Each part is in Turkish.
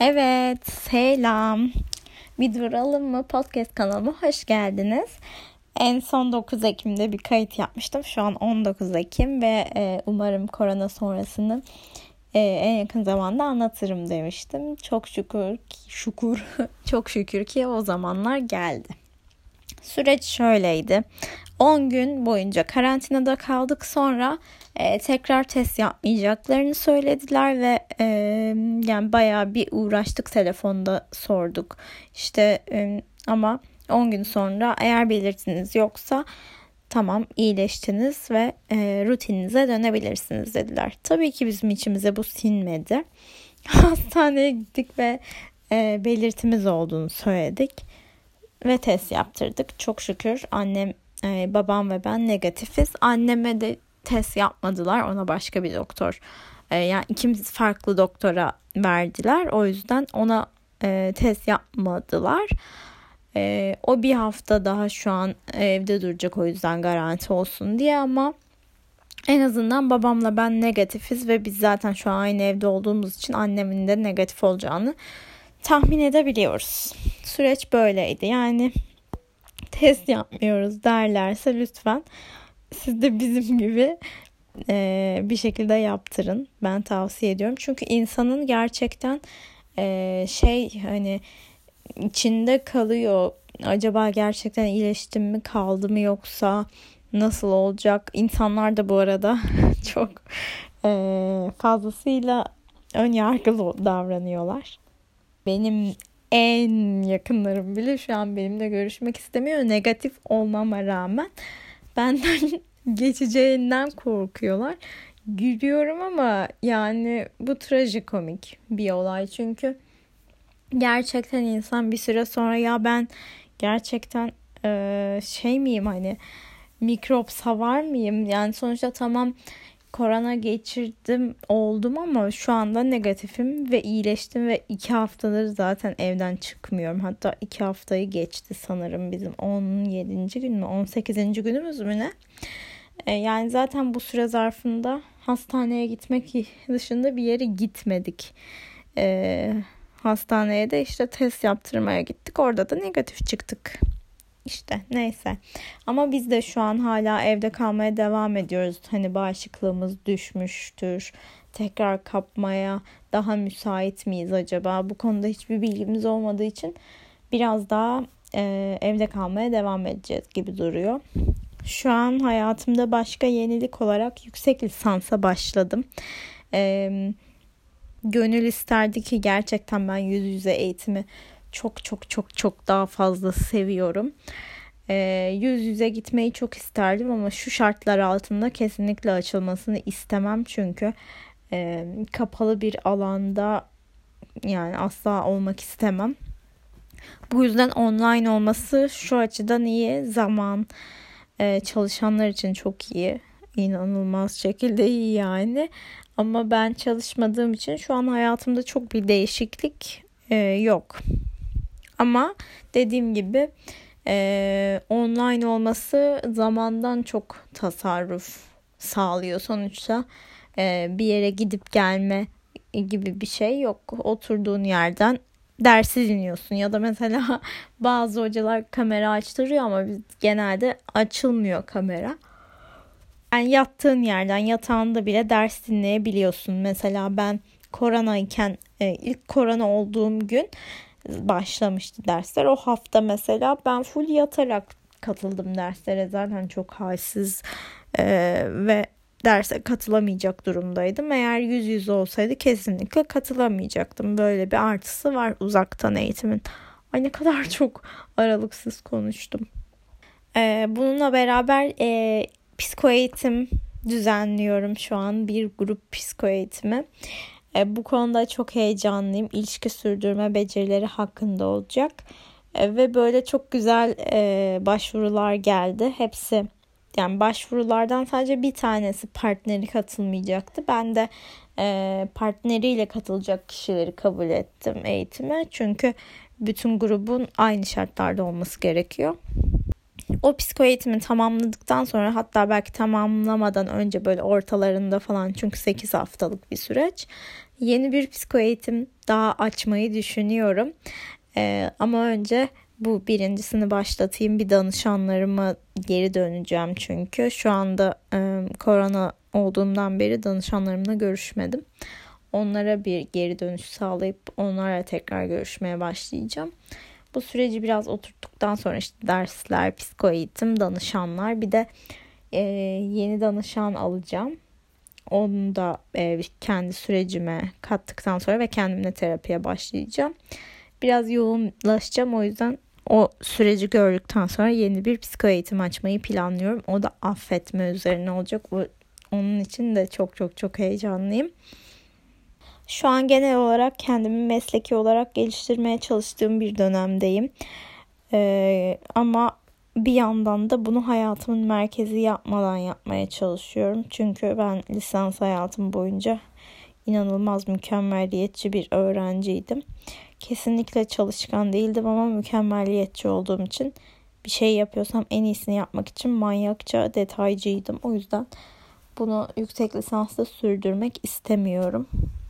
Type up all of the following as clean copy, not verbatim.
Evet, selam. Bir duralım mı podcast kanalıma hoş geldiniz. En son 9 Ekim'de bir kayıt yapmıştım. Şu an 19 Ekim ve umarım korona sonrasını en yakın zamanda anlatırım demiştim. Çok şükür, çok şükür ki o zamanlar geldi. Süreç şöyleydi. 10 gün boyunca karantinada kaldık. Sonra tekrar test yapmayacaklarını söylediler ve yani bayağı bir uğraştık, telefonda sorduk. İşte ama 10 gün sonra eğer belirtiniz yoksa tamam, iyileştiniz ve rutininize dönebilirsiniz dediler. Tabii ki bizim içimize bu sinmedi. Hastaneye gittik ve belirtimiz olduğunu söyledik. Ve test yaptırdık. Çok şükür annem, babam ve ben negatifiz. Anneme de test yapmadılar. Ona başka bir doktor. Yani ikimiz farklı doktora verdiler. O yüzden ona test yapmadılar. O bir hafta daha şu an evde duracak, o yüzden garanti olsun diye, ama en azından babamla ben negatifiz ve biz zaten şu an aynı evde olduğumuz için annemin de negatif olacağını tahmin edebiliyoruz. Süreç böyleydi. Yani test yapmıyoruz derlerse lütfen siz de bizim gibi bir şekilde yaptırın. Ben tavsiye ediyorum. Çünkü insanın gerçekten hani içinde kalıyor. Acaba gerçekten iyileştim mi, kaldı mı, yoksa nasıl olacak? İnsanlar da bu arada çok fazlasıyla ön yargılı davranıyorlar. Benim en yakınlarım bile şu an benimle görüşmek istemiyor. Negatif olmama rağmen benden geçeceğinden korkuyorlar. Gülüyorum ama yani bu trajikomik bir olay. Çünkü gerçekten insan bir süre sonra ya ben gerçekten miyim, hani mikrop savar mıyım? Yani sonuçta tamam, korona geçirdim oldum ama şu anda negatifim ve iyileştim ve 2 haftadır zaten evden çıkmıyorum. Hatta 2 haftayı geçti sanırım, bizim 17. gün mü 18. günümüz mü ne? Yani zaten bu süre zarfında hastaneye gitmek dışında bir yere gitmedik. Hastaneye de işte test yaptırmaya gittik. Orada da negatif çıktık. İşte neyse. Ama biz de şu an hala evde kalmaya devam ediyoruz. Hani bağışıklığımız düşmüştür. Tekrar kapmaya daha müsait miyiz acaba? Bu konuda hiçbir bilgimiz olmadığı için biraz daha evde kalmaya devam edeceğiz gibi duruyor. Şu an hayatımda başka yenilik olarak yüksek lisansa başladım. Gönül isterdi ki gerçekten ben yüz yüze eğitimi çok daha fazla seviyorum. Yüz yüze gitmeyi çok isterdim ama şu şartlar altında kesinlikle açılmasını istemem. Çünkü kapalı bir alanda yani asla olmak istemem. Bu yüzden online olması şu açıdan iyi. Zaman çalışanlar için çok iyi. İnanılmaz şekilde iyi yani. Ama ben çalışmadığım için şu an hayatımda çok bir değişiklik yok. Ama dediğim gibi online olması zamandan çok tasarruf sağlıyor. Sonuçta bir yere gidip gelme gibi bir şey yok. Oturduğun yerden dersi dinliyorsun ya da mesela bazı hocalar kamera açtırıyor ama biz genelde açılmıyor kamera. Yani yattığın yerden, yatağında bile ders dinleyebiliyorsun. Mesela ben koronayken ilk korona olduğum gün başlamıştı dersler. O hafta mesela ben full yatarak katıldım derslere. Zaten çok halsiz ve derse katılamayacak durumdaydım. Eğer yüz yüze olsaydı kesinlikle katılamayacaktım. Böyle bir artısı var uzaktan eğitimin. Ay ne kadar çok aralıksız konuştum. Bununla beraber psiko eğitim düzenliyorum şu an. Bir grup psiko eğitimi. Bu konuda çok heyecanlıyım. İlişki sürdürme becerileri hakkında olacak. Ve böyle çok güzel başvurular geldi. Hepsi, yani başvurulardan sadece bir tanesi partneri katılmayacaktı. Ben de partneriyle katılacak kişileri kabul ettim eğitime. Çünkü bütün grubun aynı şartlarda olması gerekiyor. O psiko eğitimi tamamladıktan sonra, hatta belki tamamlamadan önce böyle ortalarında falan, çünkü 8 haftalık bir süreç, Yeni bir psiko eğitim daha açmayı düşünüyorum. Ama önce bu birincisini başlatayım. Bir danışanlarıma geri döneceğim çünkü. Şu anda korona olduğundan beri danışanlarımla görüşmedim. Onlara bir geri dönüş sağlayıp onlarla tekrar görüşmeye başlayacağım. Bu süreci biraz oturttuktan sonra işte dersler, psiko eğitim, danışanlar, bir de yeni danışan alacağım. Onu da kendi sürecime kattıktan sonra ve kendimle terapiye başlayacağım. Biraz yoğunlaşacağım, o yüzden o süreci gördükten sonra yeni bir psiko eğitim açmayı planlıyorum. O da affetme üzerine olacak. Onun için de çok çok çok heyecanlıyım. Şu an genel olarak kendimi mesleki olarak geliştirmeye çalıştığım bir dönemdeyim. Ama bir yandan da bunu hayatımın merkezi yapmadan yapmaya çalışıyorum. Çünkü ben lisans hayatım boyunca inanılmaz mükemmeliyetçi bir öğrenciydim. Kesinlikle çalışkan değildim ama mükemmeliyetçi olduğum için bir şey yapıyorsam en iyisini yapmak için manyakça detaycıydım. O yüzden bunu yüksek lisansta sürdürmek istemiyorum.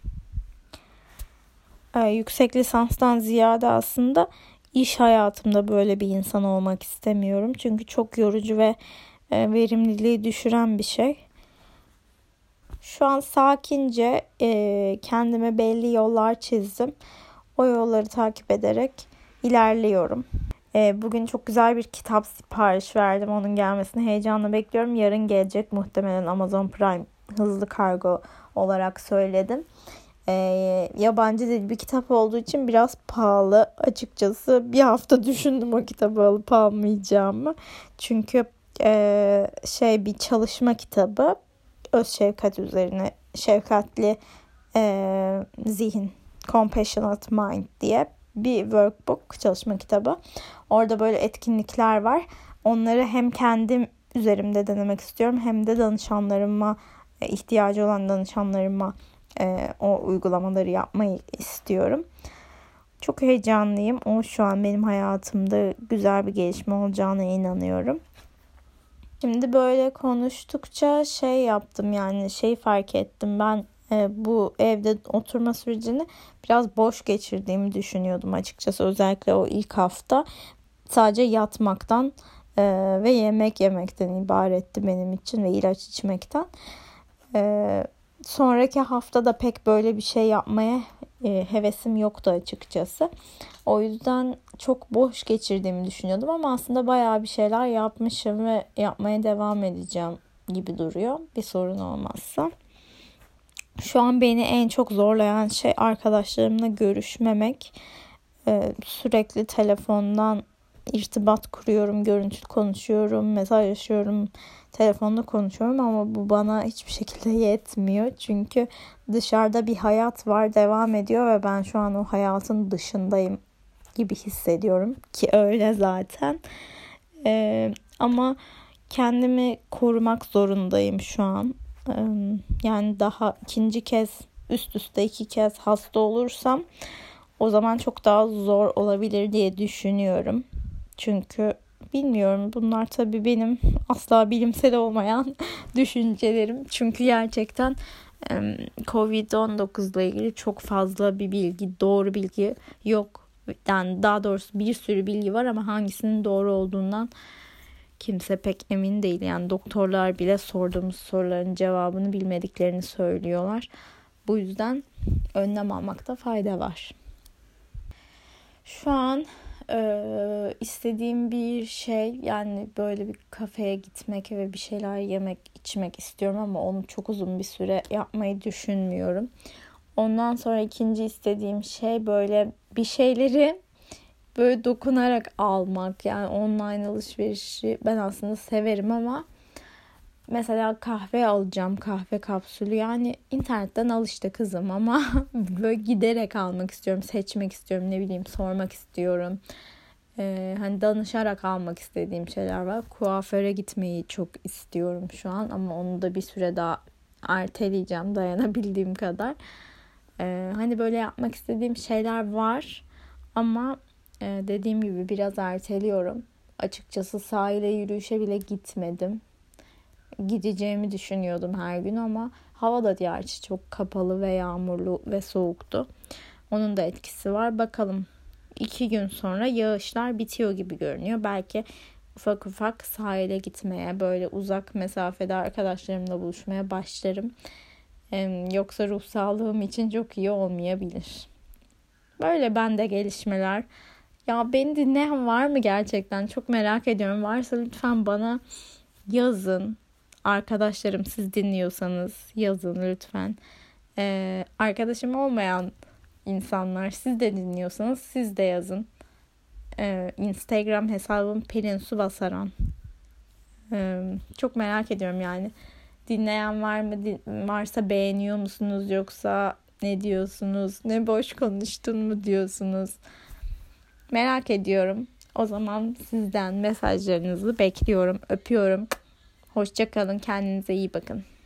Yüksek lisanstan ziyade aslında iş hayatımda böyle bir insan olmak istemiyorum. Çünkü çok yorucu ve verimliliği düşüren bir şey. Şu an sakince kendime belli yollar çizdim. O yolları takip ederek ilerliyorum. Bugün çok güzel bir kitap sipariş verdim. Onun gelmesini heyecanla bekliyorum. Yarın gelecek muhtemelen, Amazon Prime hızlı kargo olarak söyledim. Yabancı dil bir kitap olduğu için biraz pahalı. Açıkçası bir hafta düşündüm o kitabı alıp almayacağımı. Çünkü bir çalışma kitabı. Öz şefkat üzerine, şefkatli zihin, compassionate mind diye bir workbook, çalışma kitabı. Orada böyle etkinlikler var. Onları hem kendim üzerimde denemek istiyorum hem de danışanlarıma, ihtiyacı olan danışanlarıma o uygulamaları yapmayı istiyorum. Çok heyecanlıyım. O şu an benim hayatımda güzel bir gelişme olacağına inanıyorum. Şimdi böyle konuştukça yaptım, yani fark ettim. Ben bu evde oturma sürecini biraz boş geçirdiğimi düşünüyordum açıkçası. Özellikle o ilk hafta sadece yatmaktan ve yemek yemekten ibaretti benim için ve ilaç içmekten. Sonraki haftada pek böyle bir şey yapmaya hevesim yoktu açıkçası. O yüzden çok boş geçirdiğimi düşünüyordum ama aslında bayağı bir şeyler yapmışım ve yapmaya devam edeceğim gibi duruyor, bir sorun olmazsa. Şu an beni en çok zorlayan şey arkadaşlarımla görüşmemek. Sürekli telefondan irtibat kuruyorum, görüntülü konuşuyorum, mesajlaşıyorum, telefonda konuşuyorum ama bu bana hiçbir şekilde yetmiyor. Çünkü dışarıda bir hayat var, devam ediyor ve ben şu an o hayatın dışındayım gibi hissediyorum ki öyle zaten. Ama kendimi korumak zorundayım şu an. Yani daha üst üste 2 kez hasta olursam o zaman çok daha zor olabilir diye düşünüyorum. Çünkü bilmiyorum, bunlar tabii benim asla bilimsel olmayan düşüncelerim. Çünkü gerçekten Covid-19 ile ilgili çok fazla bir doğru bilgi yok. Yani daha doğrusu bir sürü bilgi var ama hangisinin doğru olduğundan kimse pek emin değil. Yani doktorlar bile sorduğumuz soruların cevabını bilmediklerini söylüyorlar. Bu yüzden önlem almakta fayda var. Şu an istediğim bir şey, yani böyle bir kafeye gitmek ve bir şeyler yemek içmek istiyorum ama onu çok uzun bir süre yapmayı düşünmüyorum. Ondan sonra ikinci istediğim şey böyle bir şeyleri böyle dokunarak almak. Yani online alışverişi ben aslında severim ama mesela kahve alacağım, kahve kapsülü. Yani internetten al işte kızım ama böyle giderek almak istiyorum, seçmek istiyorum, ne bileyim sormak istiyorum. Hani danışarak almak istediğim şeyler var. Kuaföre gitmeyi çok istiyorum şu an ama onu da bir süre daha erteleyeceğim dayanabildiğim kadar. Hani böyle yapmak istediğim şeyler var ama dediğim gibi biraz erteliyorum. Açıkçası sahile yürüyüşe bile gitmedim. gideceğimi düşünüyordum her gün ama hava da gerçi çok kapalı ve yağmurlu ve soğuktu. Onun da etkisi var. Bakalım 2 gün sonra yağışlar bitiyor gibi görünüyor. Belki ufak ufak sahile gitmeye, böyle uzak mesafede arkadaşlarımla buluşmaya başlarım. Yoksa ruh sağlığım için çok iyi olmayabilir. Böyle bende gelişmeler. Ya beni dinleyen var mı gerçekten? Çok merak ediyorum. Varsa lütfen bana yazın. Arkadaşlarım, siz dinliyorsanız yazın lütfen. Arkadaşım olmayan insanlar, siz de dinliyorsanız siz de yazın. Instagram hesabım Pelin Su Basaran. Çok merak ediyorum yani. Dinleyen var mı? Varsa beğeniyor musunuz, yoksa ne diyorsunuz? Ne boş konuştun mu diyorsunuz? Merak ediyorum. O zaman sizden mesajlarınızı bekliyorum. Öpüyorum. Hoşça kalın. Kendinize iyi bakın.